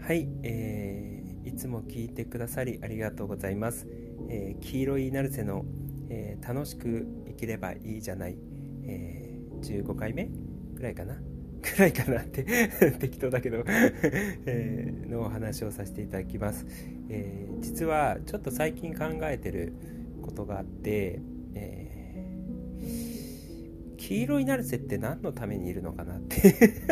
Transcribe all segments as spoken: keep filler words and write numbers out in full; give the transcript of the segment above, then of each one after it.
はい、えー、いつも聞いてくださりありがとうございます。えー、黄色いナルセの、えー、楽しく生きればいいじゃない、えー、じゅうごかいめぐらいかなぐらいかなって適当だけど、えー、のお話をさせていただきます。えー、実はちょっと最近考えてることがあって、えー、黄色いナルセって何のためにいるのかなって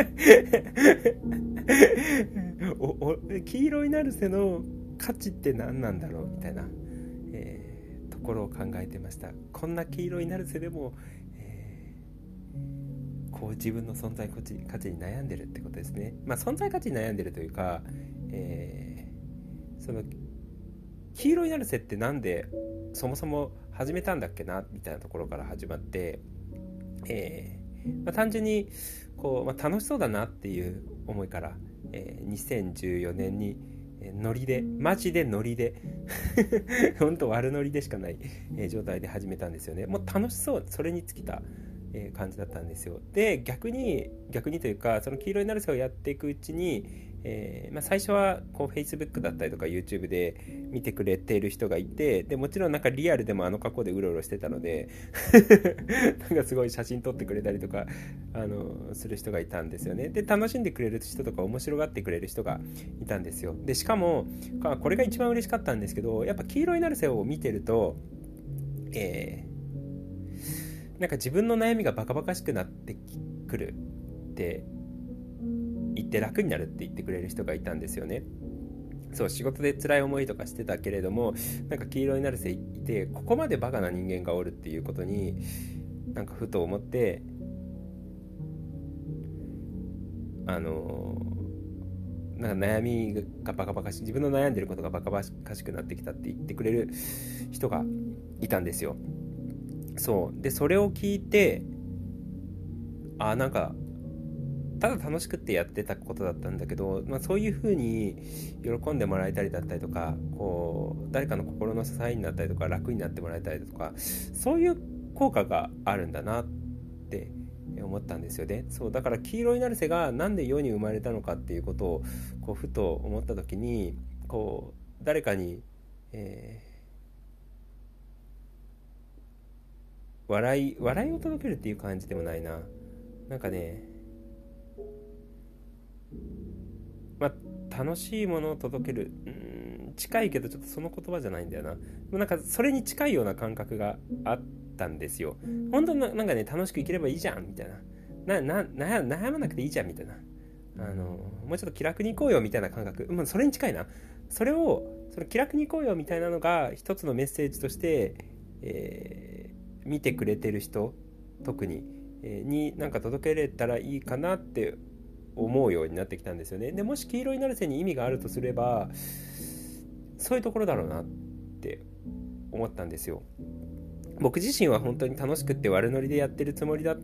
おお黄色いナルセの価値って何なんだろうみたいな、えー、ところを考えてました。こんな黄色いナルセでも、えー、こう自分の存在価値、価値に悩んでるってことですね。まあ存在価値に悩んでるというか、えー、その黄色いナルセってなんでそもそも始めたんだっけなみたいなところから始まって、えーまあ、単純にこう、まあ、楽しそうだなっていう思いから、えー、にせんじゅうよねんにノリでマジでノリで本当悪ノリでしかない、えー、状態で始めたんですよね。もう楽しそう、それに尽きた、えー、感じだったんですよ。で逆に逆にというか、その黄色いナルセをやっていくうちに、えーまあ、最初はこう Facebook だったりとか YouTube で見てくれている人がいて、でもちろんなんかリアルでもあの格好でうろうろしてたのでなんかすごい写真撮ってくれたりとかあのする人がいたんですよね。で楽しんでくれる人とか面白がってくれる人がいたんですよ。でしかもこれが一番嬉しかったんですけど、やっぱ黄色いナルセを見てると、えー、なんか自分の悩みがバカバカしくなってくるって言って楽になるって言ってくれる人がいたんですよね。そう、仕事で辛い思いとかしてたけれども、なんか黄色いナルセいてここまでバカな人間がおるっていうことになんかふと思って、あのー、なんか悩みがバカバカしい、自分の悩んでることがバカバカしくなってきたって言ってくれる人がいたんですよ。そうでそれを聞いて、あ、なんかただ楽しくってやってたことだったんだけど、まあ、そういう風に喜んでもらえたりだったりとか、こう誰かの心の支えになったりとか楽になってもらえたりとか、そういう効果があるんだなって思ったんですよね。そうだから黄色いナルセがなんで世に生まれたのかっていうことをこうふと思った時に、こう誰かに、えー、笑い笑いを届けるっていう感じでもないな。なんかね、まあ、楽しいものを届ける、うーん近いけどちょっとその言葉じゃないんだよな。でもなんかそれに近いような感覚があったんですよ。本当になんかね、楽しく生きればいいじゃんみたいな、なな悩まなくていいじゃんみたいな、あのもうちょっと気楽に行こうよみたいな感覚、まあ、それに近いな。それをその気楽に行こうよみたいなのが一つのメッセージとして、えー、見てくれてる人特に、えー、になんか届けれたらいいかなって思うようになってきたんですよね。でもし黄色いナルセに意味があるとすれば、そういうところだろうなって思ったんですよ。僕自身は本当に楽しくって悪ノリでやってるつもりだった、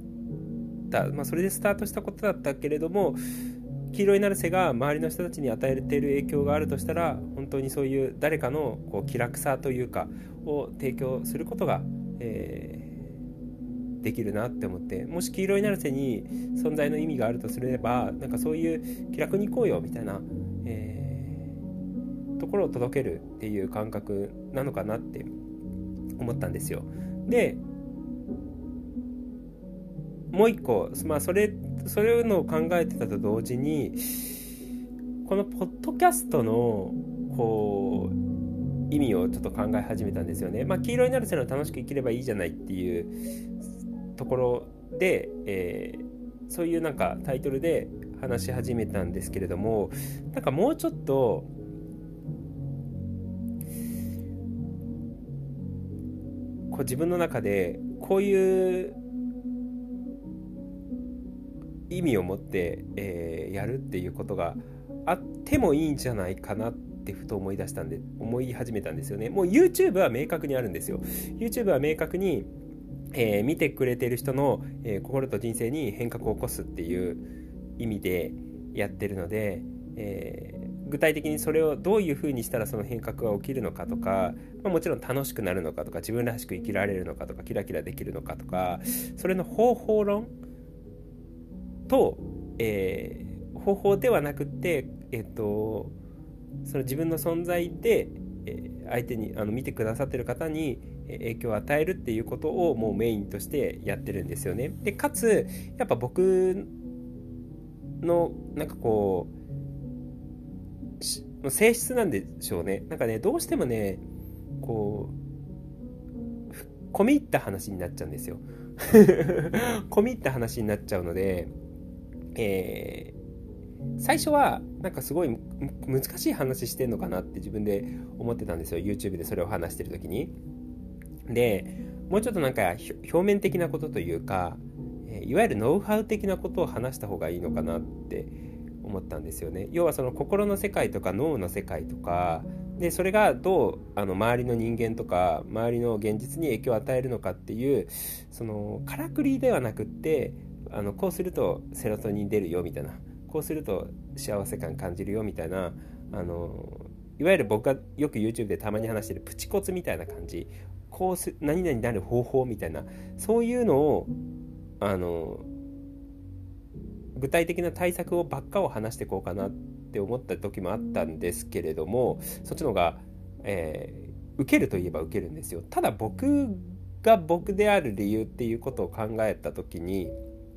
まあ、それでスタートしたことだったけれども、黄色いナルセが周りの人たちに与えている影響があるとしたら、本当にそういう誰かのこう気楽さというかを提供することが、えーできるなって思って、もし黄色いナルセに存在の意味があるとすれば、なんかそういう気楽に行こうよみたいな、えー、ところを届けるっていう感覚なのかなって思ったんですよ。でもう一個、まあ、それそういうのを考えてたと同時に、このポッドキャストのこう意味をちょっと考え始めたんですよね。まあ、黄色いナルセの楽しく生きればいいじゃないっていうところで、えー、そういうなんかタイトルで話し始めたんですけれども、なんかもうちょっとこう自分の中でこういう意味を持って、えー、やるっていうことがあってもいいんじゃないかなってふと思い出したんで思い始めたんですよね。もう YouTube は明確にあるんですよ。 YouTube は明確に、えー、見てくれている人の、えー、心と人生に変革を起こすっていう意味でやってるので、えー、具体的にそれをどういう風にしたらその変革が起きるのかとか、まあ、もちろん楽しくなるのかとか自分らしく生きられるのかとかキラキラできるのかとか、それの方法論と、えー、方法ではなくって、えっとその自分の存在で相手にあの見てくださってる方に影響を与えるっていうことをもうメインとしてやってるんですよね。でかつやっぱ僕のなんかこう性質なんでしょうね。なんかねどうしてもねこう込み入った話になっちゃうんですよ込み入った話になっちゃうので、えー最初はなんかすごい難しい話してんのかなって自分で思ってたんですよ。 YouTube でそれを話してる時に。でもうちょっとなんか表面的なことというか、いわゆるノウハウ的なことを話した方がいいのかなって思ったんですよね。要はその心の世界とか脳の世界とかで、それがどうあの周りの人間とか周りの現実に影響を与えるのかっていう、そのからくりではなくって、あのこうするとセロトニン出るよみたいな、こうすると幸せ感感じるよみたいな、あのいわゆる僕がよく YouTube でたまに話してるプチコツみたいな感じ、こうす何々になる方法みたいな、そういうのをあの具体的な対策をばっかを話していこうかなって思った時もあったんですけれども、そっちの方が、えー、受けるといえば受けるんですよ。ただ僕が僕である理由っていうことを考えた時に、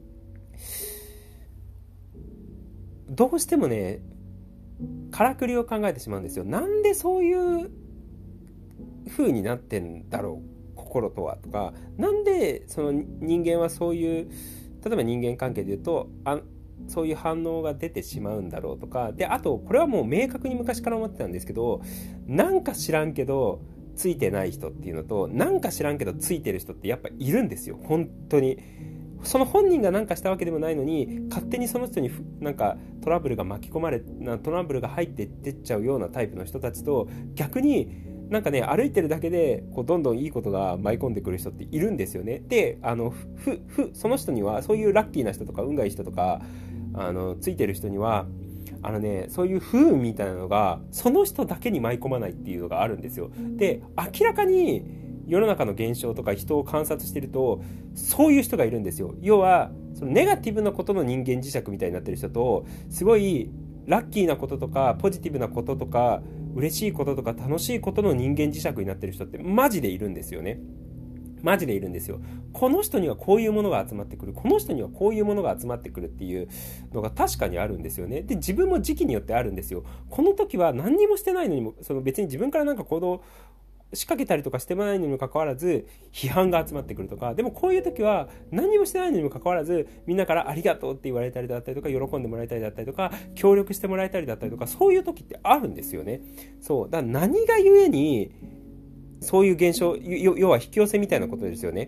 どうしてもねからくりを考えてしまうんですよ。なんでそういう風になってんだろう心とは、とか、なんでその人間はそういう、例えば人間関係で言うとあそういう反応が出てしまうんだろうとかで、あとこれはもう明確に昔から思ってたんですけど、なんか知らんけどついてない人っていうのと、なんか知らんけどついてる人ってやっぱいるんですよ。本当にその本人が何かしたわけでもないのに、勝手にその人になんかトラブルが巻き込まれトラブルが入ってってっちゃうようなタイプの人たちと、逆になんかね歩いてるだけでこうどんどんいいことが舞い込んでくる人っているんですよね。であのふふその人にはそういうラッキーな人とか運がいい人とかあのついてる人にはあのねそういう不運みたいなのがその人だけに舞い込まないっていうのがあるんですよ。で明らかに世の中の現象とか人を観察してるとそういう人がいるんですよ。要はそのネガティブなことの人間磁石みたいになってる人と、すごいラッキーなこととかポジティブなこととか嬉しいこととか楽しいことの人間磁石になってる人ってマジでいるんですよね。マジでいるんですよ。この人にはこういうものが集まってくる、この人にはこういうものが集まってくるっていうのが確かにあるんですよね。で自分も時期によってあるんですよ。この時は何にもしてないのにも、その別に自分からなんか行動仕掛けたりとかしてもないのにもかかわらず批判が集まってくるとか、でもこういう時は何もしてないのにもかかわらずみんなからありがとうって言われたりだったりとか、喜んでもらえたりだったりとか、協力してもらえたりだったりとか、そういう時ってあるんですよね。そうだから何がゆえにそういう現象、要は引き寄せみたいなことですよね。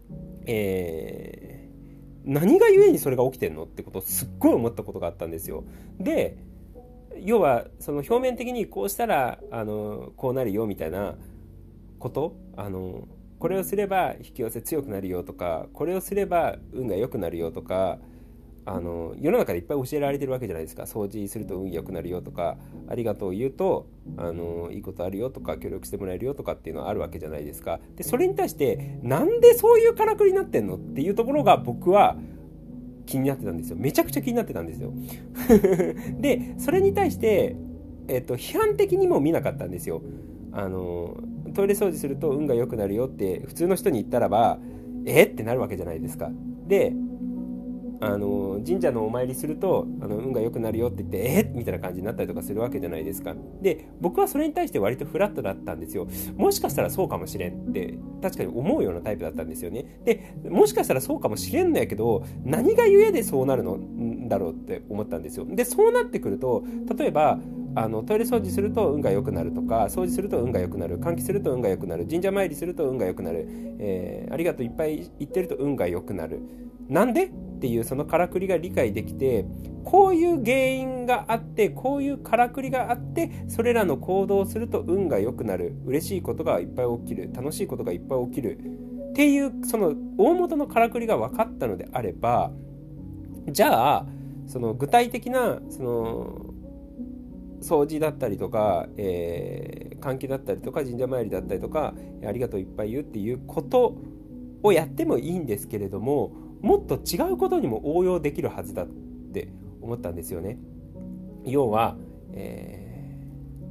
えー、何がゆえにそれが起きてんのってことをすっごい思ったことがあったんですよ。で要はその表面的にこうしたらあのこうなるよみたいなこと、あのこれをすれば引き寄せ強くなるよとか、これをすれば運が良くなるよとか、あの世の中でいっぱい教えられてるわけじゃないですか。掃除すると運良くなるよとか、ありがとう言うとあのいいことあるよとか、協力してもらえるよとかっていうのはあるわけじゃないですか。でそれに対してなんでそういうからくりになってんのっていうところが僕は気になってたんですよ。めちゃくちゃ気になってたんですよでそれに対して、えっと、批判的にも見なかったんですよ。あのトイレ掃除すると運が良くなるよって普通の人に言ったらばえってなるわけじゃないですか。であの神社のお参りするとあの運が良くなるよって言ってえみたいな感じになったりとかするわけじゃないですか。で僕はそれに対して割とフラットだったんですよ。もしかしたらそうかもしれんって確かに思うようなタイプだったんですよね。でもしかしたらそうかもしれんのやけど、何がゆえでそうなるのんだろうって思ったんですよ。でそうなってくると、例えばあのトイレ掃除すると運が良くなるとか、掃除すると運が良くなる、換気すると運が良くなる、神社参りすると運が良くなる、えー、ありがとういっぱい言ってると運が良くなる。なんでっていうそのからくりが理解できて、こういう原因があってこういうからくりがあって、それらの行動をすると運が良くなる、嬉しいことがいっぱい起きる、楽しいことがいっぱい起きるっていうその大元のからくりが分かったのであれば、じゃあその具体的なその掃除だったりとか、えー、換気だったりとか神社参りだったりとか、ありがとういっぱい言うっていうことをやってもいいんですけれども、もっと違うことにも応用できるはずだって思ったんですよね。要は、え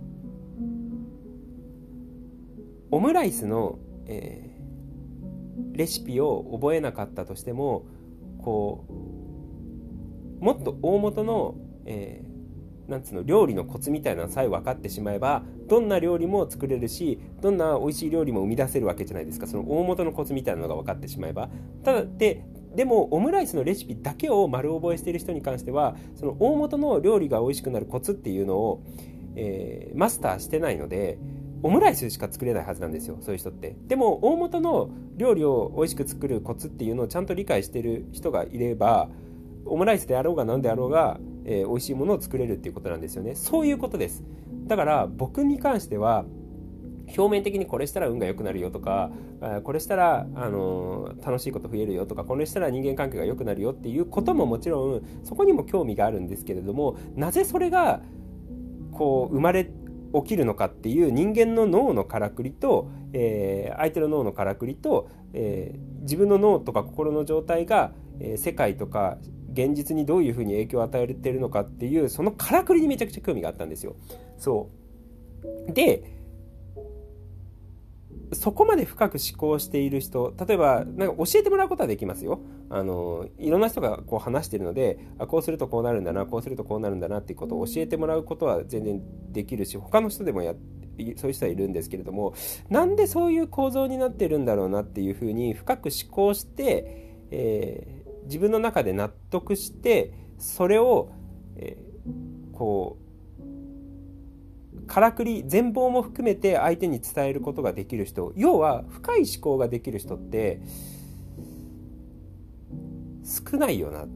オムライスの、えー、レシピを覚えなかったとしても、こうもっと大元の、えー、なんつうの料理のコツみたいなのさえ分かってしまえば、どんな料理も作れるし、どんな美味しい料理も生み出せるわけじゃないですか。その大元のコツみたいなのが分かってしまえば。ただででもオムライスのレシピだけを丸覚えしている人に関しては、その大元の料理が美味しくなるコツっていうのを、えー、マスターしてないので、オムライスしか作れないはずなんですよ、そういう人って。でも大元の料理を美味しく作るコツっていうのをちゃんと理解している人がいれば、オムライスであろうが何であろうが、えー、美味しいものを作れるっていうことなんですよね。そういうことです。だから僕に関しては、表面的にこれしたら運が良くなるよとか、これしたら、あのー、楽しいこと増えるよとか、これしたら人間関係が良くなるよっていうことももちろんそこにも興味があるんですけれども、なぜそれがこう生まれ起きるのかっていう人間の脳のからくりと、えー、相手の脳のからくりと、えー、自分の脳とか心の状態が、えー、世界とか現実にどういうふうに影響を与えているのかっていう、そのからくりにめちゃくちゃ興味があったんですよ。そうで、そこまで深く思考している人、例えばなんか教えてもらうことはできますよ。あのいろんな人がこう話しているので、あこうするとこうなるんだな、こうするとこうなるんだなっていうことを教えてもらうことは全然できるし、他の人でもやそういう人はいるんですけれども、なんでそういう構造になってるんだろうなっていうふうに深く思考して、えー、自分の中で納得して、それを、えー、こうからくり全貌も含めて相手に伝えることができる人、要は深い思考ができる人って少ないよな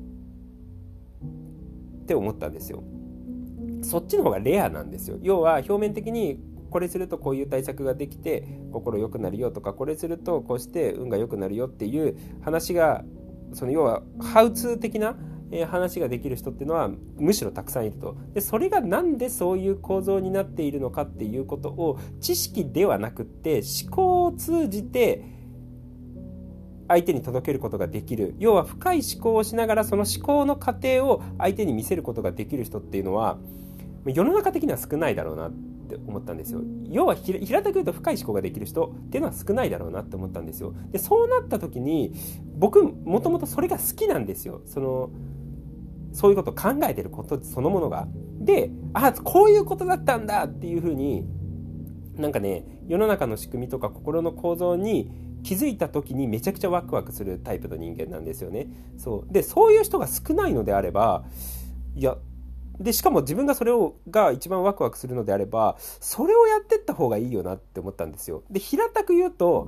って思ったんですよ。そっちの方がレアなんですよ。要は表面的にこれするとこういう対策ができて心良くなるよとか、これするとこうして運が良くなるよっていう話が、その要はハウツー的な話ができる人っていうのはむしろたくさんいると。でそれがなんでそういう構造になっているのかっていうことを知識ではなくって思考を通じて相手に届けることができる、要は深い思考をしながらその思考の過程を相手に見せることができる人っていうのは世の中的には少ないだろうなって思ったんですよ。要は平たく言うと深い思考ができる人っていうのは少ないだろうなって思ったんですよ。でそうなった時に僕もともとそれが好きなんですよ。そのそういうことを考えてることそのものが。で、あ、こういうことだったんだっていうふうに、なんかね、世の中の仕組みとか心の構造に気づいた時にめちゃくちゃワクワクするタイプの人間なんですよね。そう。で、そういう人が少ないのであれば、いや、で、しかも自分がそれをが一番ワクワクするのであれば、それをやってった方がいいよなって思ったんですよ。で、平たく言うと、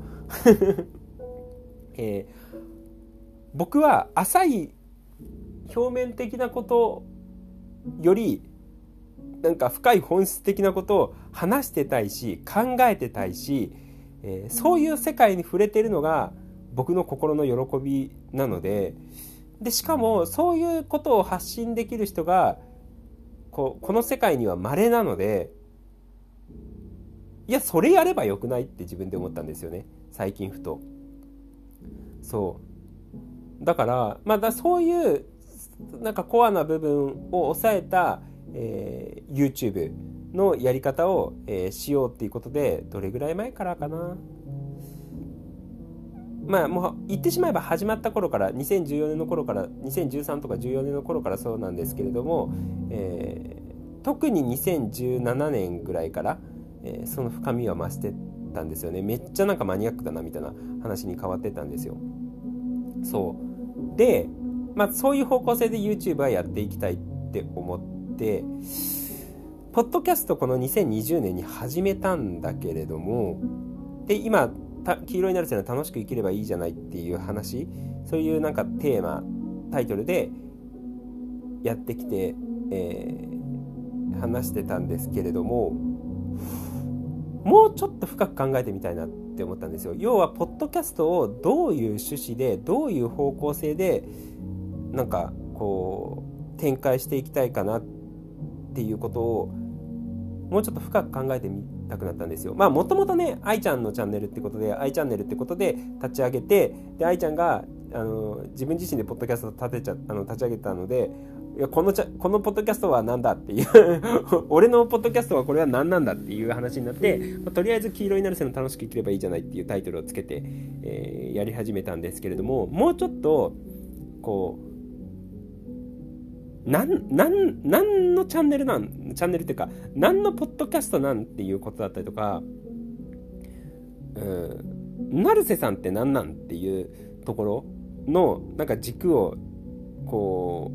えー、僕は浅い表面的なことよりなんか深い本質的なことを話してたいし考えてたいし、えー、そういう世界に触れているのが僕の心の喜びなので、でしかもそういうことを発信できる人がこうこの世界には稀なので、いやそれやればよくないって自分で思ったんですよね、最近ふと。そうだからまあだそういうなんかコアな部分を抑えた、えー、YouTube のやり方を、えー、しようっていうことで、どれぐらい前からかな、まあもう言ってしまえば始まった頃から、にせんじゅうよねんの頃から、にせんじゅうさんとかじゅうよねんの頃からそうなんですけれども、えー、特ににせんじゅうななねんぐらいから、えー、その深みは増してたんですよね。めっちゃなんかマニアックだなみたいな話に変わってったんですよ。そうでまあ、そういう方向性で YouTube はやっていきたいって思って、ポッドキャストこのにせんにじゅうねんに始めたんだけれども、で今黄色になるせいは楽しく生きればいいじゃないっていう話、そういうなんかテーマタイトルでやってきて、えー、話してたんですけれども、もうちょっと深く考えてみたいなって思ったんですよ。要はポッドキャストをどういう趣旨でどういう方向性でなんかこう展開していきたいかなっていうことをもうちょっと深く考えてみたくなったんですよ。まあもともとね、愛ちゃんのチャンネルってことで、愛チャンネルってことで立ち上げて、で愛ちゃんがあの自分自身でポッドキャストを立てちゃあの立ち上げたので、 いやこのちゃこのポッドキャストは何だっていう俺のポッドキャストはこれは何なんだっていう話になって、まあ、とりあえず黄色いナルセの楽しく生きればいいじゃないっていうタイトルをつけて、えー、やり始めたんですけれども、もうちょっとこうなんなんなんのチャンネルなんチャンネルっていうか何のポッドキャストなんっていうことだったりとか、うん成瀬さんって何なんっていうところのなんか軸をこ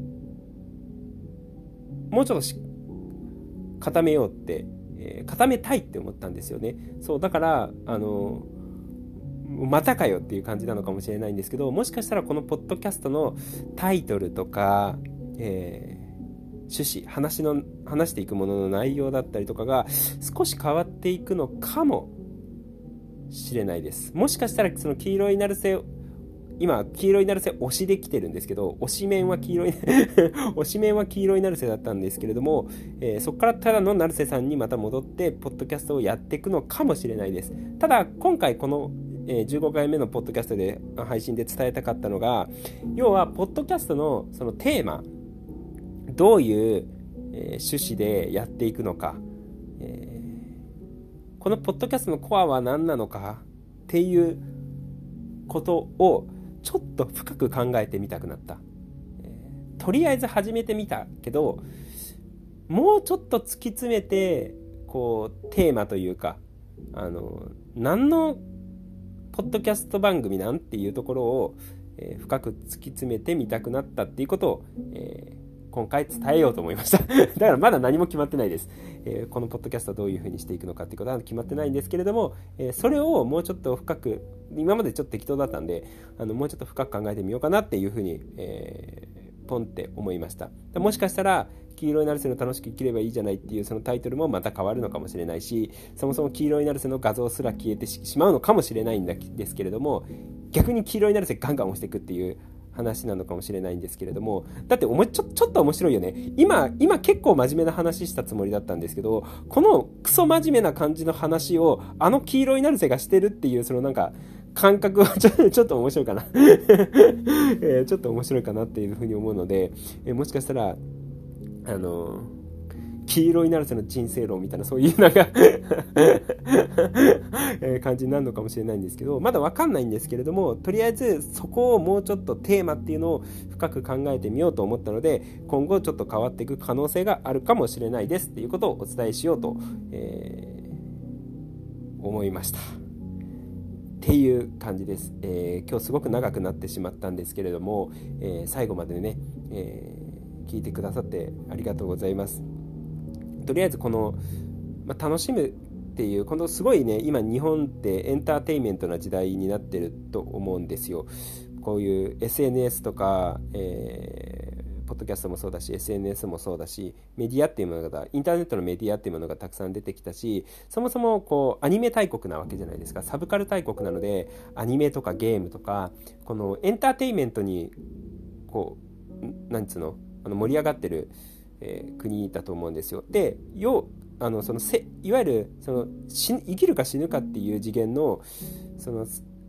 うもうちょっとし固めようって、えー、固めたいって思ったんですよね。そうだからあのまたかよっていう感じなのかもしれないんですけど、もしかしたらこのポッドキャストのタイトルとか、えー、趣旨話の話していくものの内容だったりとかが少し変わっていくのかもしれないです。もしかしたらその黄色いナルセ今黄色いナルセ推しできてるんですけど、推し面は黄色い推し面は黄色いナルセだったんですけれども、えー、そこからただのナルセさんにまた戻ってポッドキャストをやっていくのかもしれないです。ただ今回この、えー、じゅうごかいめのポッドキャストで配信で伝えたかったのが、要はポッドキャストのそのテーマ、どういう、えー、趣旨でやっていくのか、えー、このポッドキャストのコアは何なのかっていうことをちょっと深く考えてみたくなった、えー、とりあえず始めてみたけど、もうちょっと突き詰めてこうテーマというか、あの何のポッドキャスト番組なんっていうところを、えー、深く突き詰めてみたくなったっていうことを、えー今回伝えようと思いましただからまだ何も決まってないです、えー、このポッドキャストをどういう風にしていくのかっていうことは決まってないんですけれども、えー、それをもうちょっと深く、今までちょっと適当だったんで、あのもうちょっと深く考えてみようかなっていう風に、えー、ポンって思いました。もしかしたら黄色いナルセの楽しく生きればいいじゃないっていうそのタイトルもまた変わるのかもしれないし、そもそも黄色いナルセの画像すら消えてしまうのかもしれないんですけれども、逆に黄色いナルセガンガン押していくっていう話なのかもしれないんですけれども、だっておもちょ、ちょっと面白いよね。今、今結構真面目な話したつもりだったんですけど、このクソ真面目な感じの話をあの黄色いナルセがしてるっていうそのなんか感覚はちょ、ちょっと面白いかな、えー、ちょっと面白いかなっていうふうに思うので、えー、もしかしたらあのー黄色いナルセの人生論みたいなそういうなんか感じになるのかもしれないんですけど、まだ分かんないんですけれども、とりあえずそこをもうちょっとテーマっていうのを深く考えてみようと思ったので、今後ちょっと変わっていく可能性があるかもしれないですっていうことをお伝えしようと、えー、思いましたっていう感じです。えー、今日すごく長くなってしまったんですけれども、えー、最後までね、えー、聞いてくださってありがとうございます。とりあえずこの、まあ、楽しむっていう、このすごいね、今日本ってエンターテインメントな時代になってると思うんですよ。こういう エスエヌエス とか、えー、ポッドキャストもそうだし エスエヌエス もそうだし、メディアっていうものが、インターネットのメディアっていうものがたくさん出てきたし、そもそもこうアニメ大国なわけじゃないですか。サブカル大国なので、アニメとかゲームとかこのエンターテインメントにこうなんつうの、あの盛り上がってるえー、国だと思うんですよ。で、よあのそのせいわゆるその死生きるか死ぬかっていう次元のその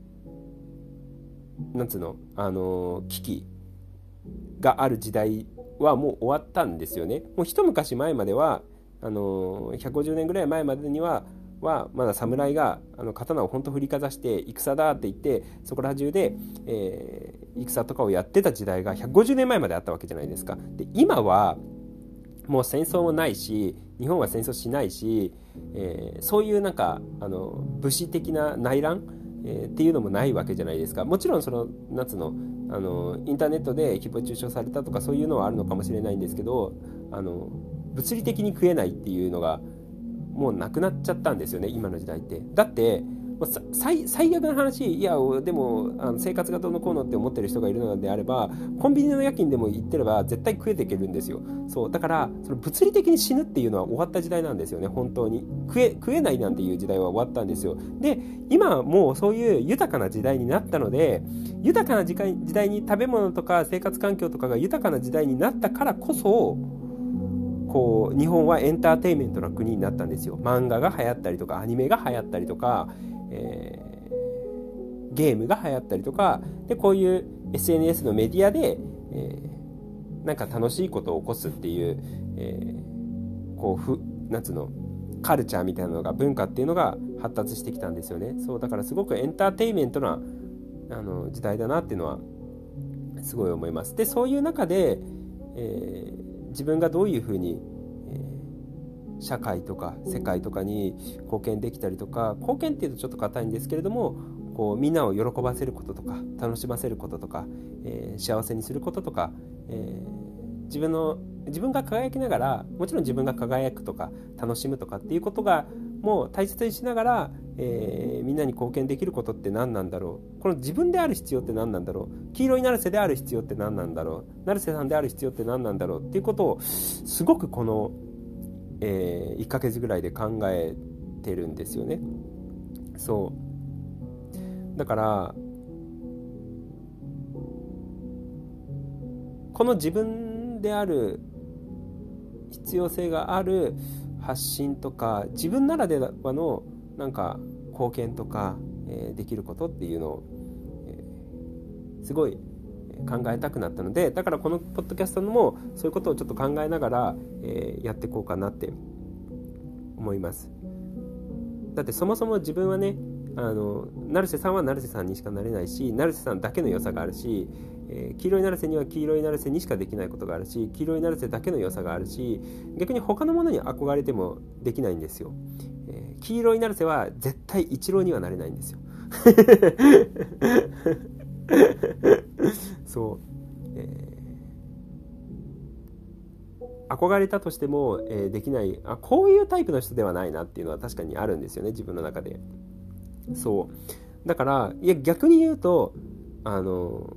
なんつうの、あの危機がある時代はもう終わったんですよね。もう一昔前まではあのひゃくごじゅうねんぐらい前までにははまだ侍があの刀を本当振りかざして戦だって言ってそこら中で、えー、戦とかをやってた時代がひゃくごじゅうねんまえまであったわけじゃないですか。で、今はもう戦争もないし、日本は戦争しないし、えー、そういうなんかあの武士的な内乱、えー、っていうのもないわけじゃないですか。もちろんその夏のあのインターネットで誹謗中傷されたとかそういうのはあるのかもしれないんですけど、あの物理的に食えないっていうのがもうなくなっちゃったんですよね、今の時代って。だって最, 最悪な話、いやでもあの生活がどうのこうのって思ってる人がいるのであれば、コンビニの夜勤でも行ってれば絶対食えていけるんですよ。そうだからその物理的に死ぬっていうのは終わった時代なんですよね。本当に食え食えないなんていう時代は終わったんですよ。で、今はもうそういう豊かな時代になったので、豊かな時代に食べ物とか生活環境とかが豊かな時代になったからこそ、こう日本はエンターテインメントの国になったんですよ。漫画が流行ったりとか、アニメが流行ったりとか、えー、ゲームが流行ったりとかで、こういう エスエヌエス のメディアで、えなんか楽しいことを起こすっていう、えー、こうふなんつうのカルチャーみたいなのが文化っていうのが発達してきたんですよね。そうだからすごくエンターテインメントなあの時代だなっていうのはすごい思います。でそういう中で、えー、自分がどういうふうに、えー、社会とか世界とかに貢献できたりとか、貢献っていうとちょっと硬いんですけれども、こうみんなを喜ばせることとか楽しませることとか、えー、幸せにすることとか、えー、自分の自分が輝きながら、もちろん自分が輝くとか楽しむとかっていうことがもう大切にしながら、えー、みんなに貢献できることって何なんだろう、この自分である必要って何なんだろう、黄色い成瀬である必要って何なんだろう、成瀬さんである必要って何なんだろうっていうことをすごくこの、えー、いっかげつぐらいで考えてるんですよね。そうだからこの自分である必要性がある発信とか、自分ならではのなんか貢献とか、えー、できることっていうのを、えー、すごい考えたくなったので、だからこのポッドキャストもそういうことをちょっと考えながら、えー、やっていこうかなって思います。だってそもそも自分はね、あの成瀬さんは成瀬さんにしかなれないし、成瀬さんだけの良さがあるし、えー、黄色い成瀬には黄色い成瀬にしかできないことがあるし、黄色い成瀬だけの良さがあるし、逆に他のものに憧れてもできないんですよ。えー、黄色い成瀬は絶対イチローにはなれないんですよそう、えー、憧れたとしても、えー、できない、あ、こういうタイプの人ではないなっていうのは確かにあるんですよね、自分の中で。そうだから、いや逆に言うと、あの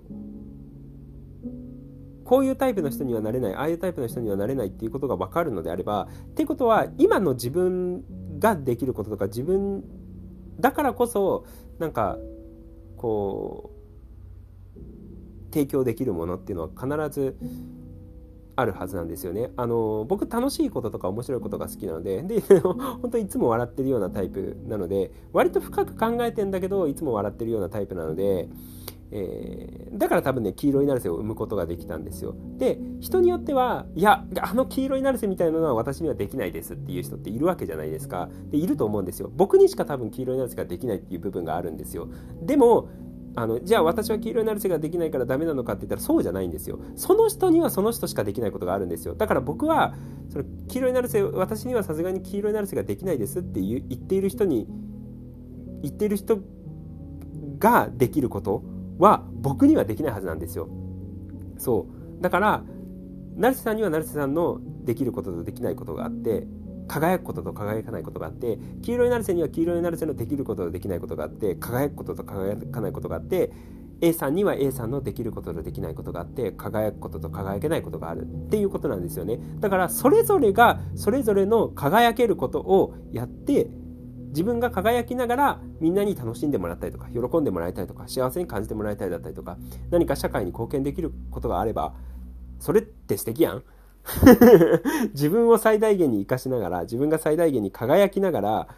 こういうタイプの人にはなれない、ああいうタイプの人にはなれないっていうことが分かるのであれば、っていうことは今の自分ができることとか、自分だからこそなんかこう提供できるものっていうのは必ずあるはずなんですよね。あの僕楽しいこととか面白いことが好きなので、で本当にいつも笑ってるようなタイプなので、割と深く考えてんだけどいつも笑ってるようなタイプなので、えー、だから多分ね黄色い成瀬を生むことができたんですよ。で人によっては、いやあの黄色い成瀬みたいなのは私にはできないですっていう人っているわけじゃないですか。でいると思うんですよ。僕にしか多分黄色い成瀬ができないっていう部分があるんですよ。でもあのじゃあ私は黄色い成瀬ができないからダメなのかって言ったらそうじゃないんですよ。その人にはその人しかできないことがあるんですよ。だから僕はその黄色い成瀬、私にはさすがに黄色い成瀬ができないですって言っている人に言っている人ができることは僕にはできないはずなんですよ。そうだから成瀬さんには成瀬さんのできることとできないことがあって、輝くことと輝かないことがあって、黄色い成瀬には黄色い成瀬のできることとできないことがあって、輝くことと輝かないことがあって、 A さんには A さんのできることとできないことがあって、輝くことと輝けないことがあるっていうことなんですよね。だからそれぞれがそれぞれの輝けることをやって、自分が輝きながらみんなに楽しんでもらったりとか、喜んでもらいたいとか、幸せに感じてもらいたいだったりとか、何か社会に貢献できることがあれば、それって素敵やん自分を最大限に生かしながら、自分が最大限に輝きながら、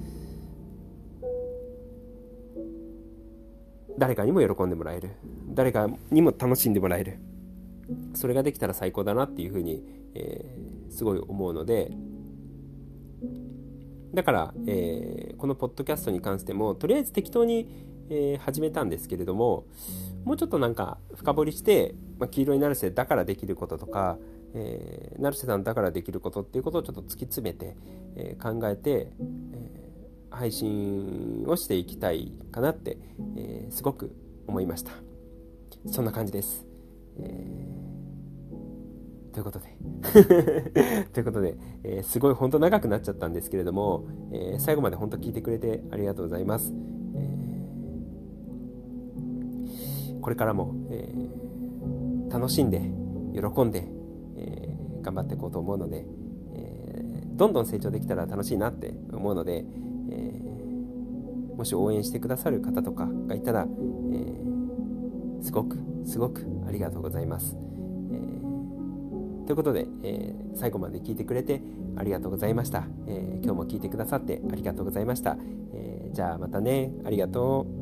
誰かにも喜んでもらえる、誰かにも楽しんでもらえる、それができたら最高だなっていうふうに、えー、すごい思うので、だから、えー、このポッドキャストに関してもとりあえず適当に、えー、始めたんですけれども、もうちょっとなんか深掘りして、まあ、黄色い成瀬だからできることとか、えー、成瀬さんだからできることっていうことをちょっと突き詰めて、えー、考えて、えー、配信をしていきたいかなって、えー、すごく思いました。そんな感じです、えーということでということで、えー、すごい本当長くなっちゃったんですけれども、えー、最後まで本当聞いてくれてありがとうございます。えー、これからも、えー、楽しんで喜んで、えー、頑張っていこうと思うので、えー、どんどん成長できたら楽しいなって思うので、えー、もし応援してくださる方とかがいたら、えー、すごくすごくありがとうございます。ということで、えー、最後まで聞いてくれてありがとうございました。えー、今日も聞いてくださってありがとうございました。えー、じゃあまたね。ありがとう。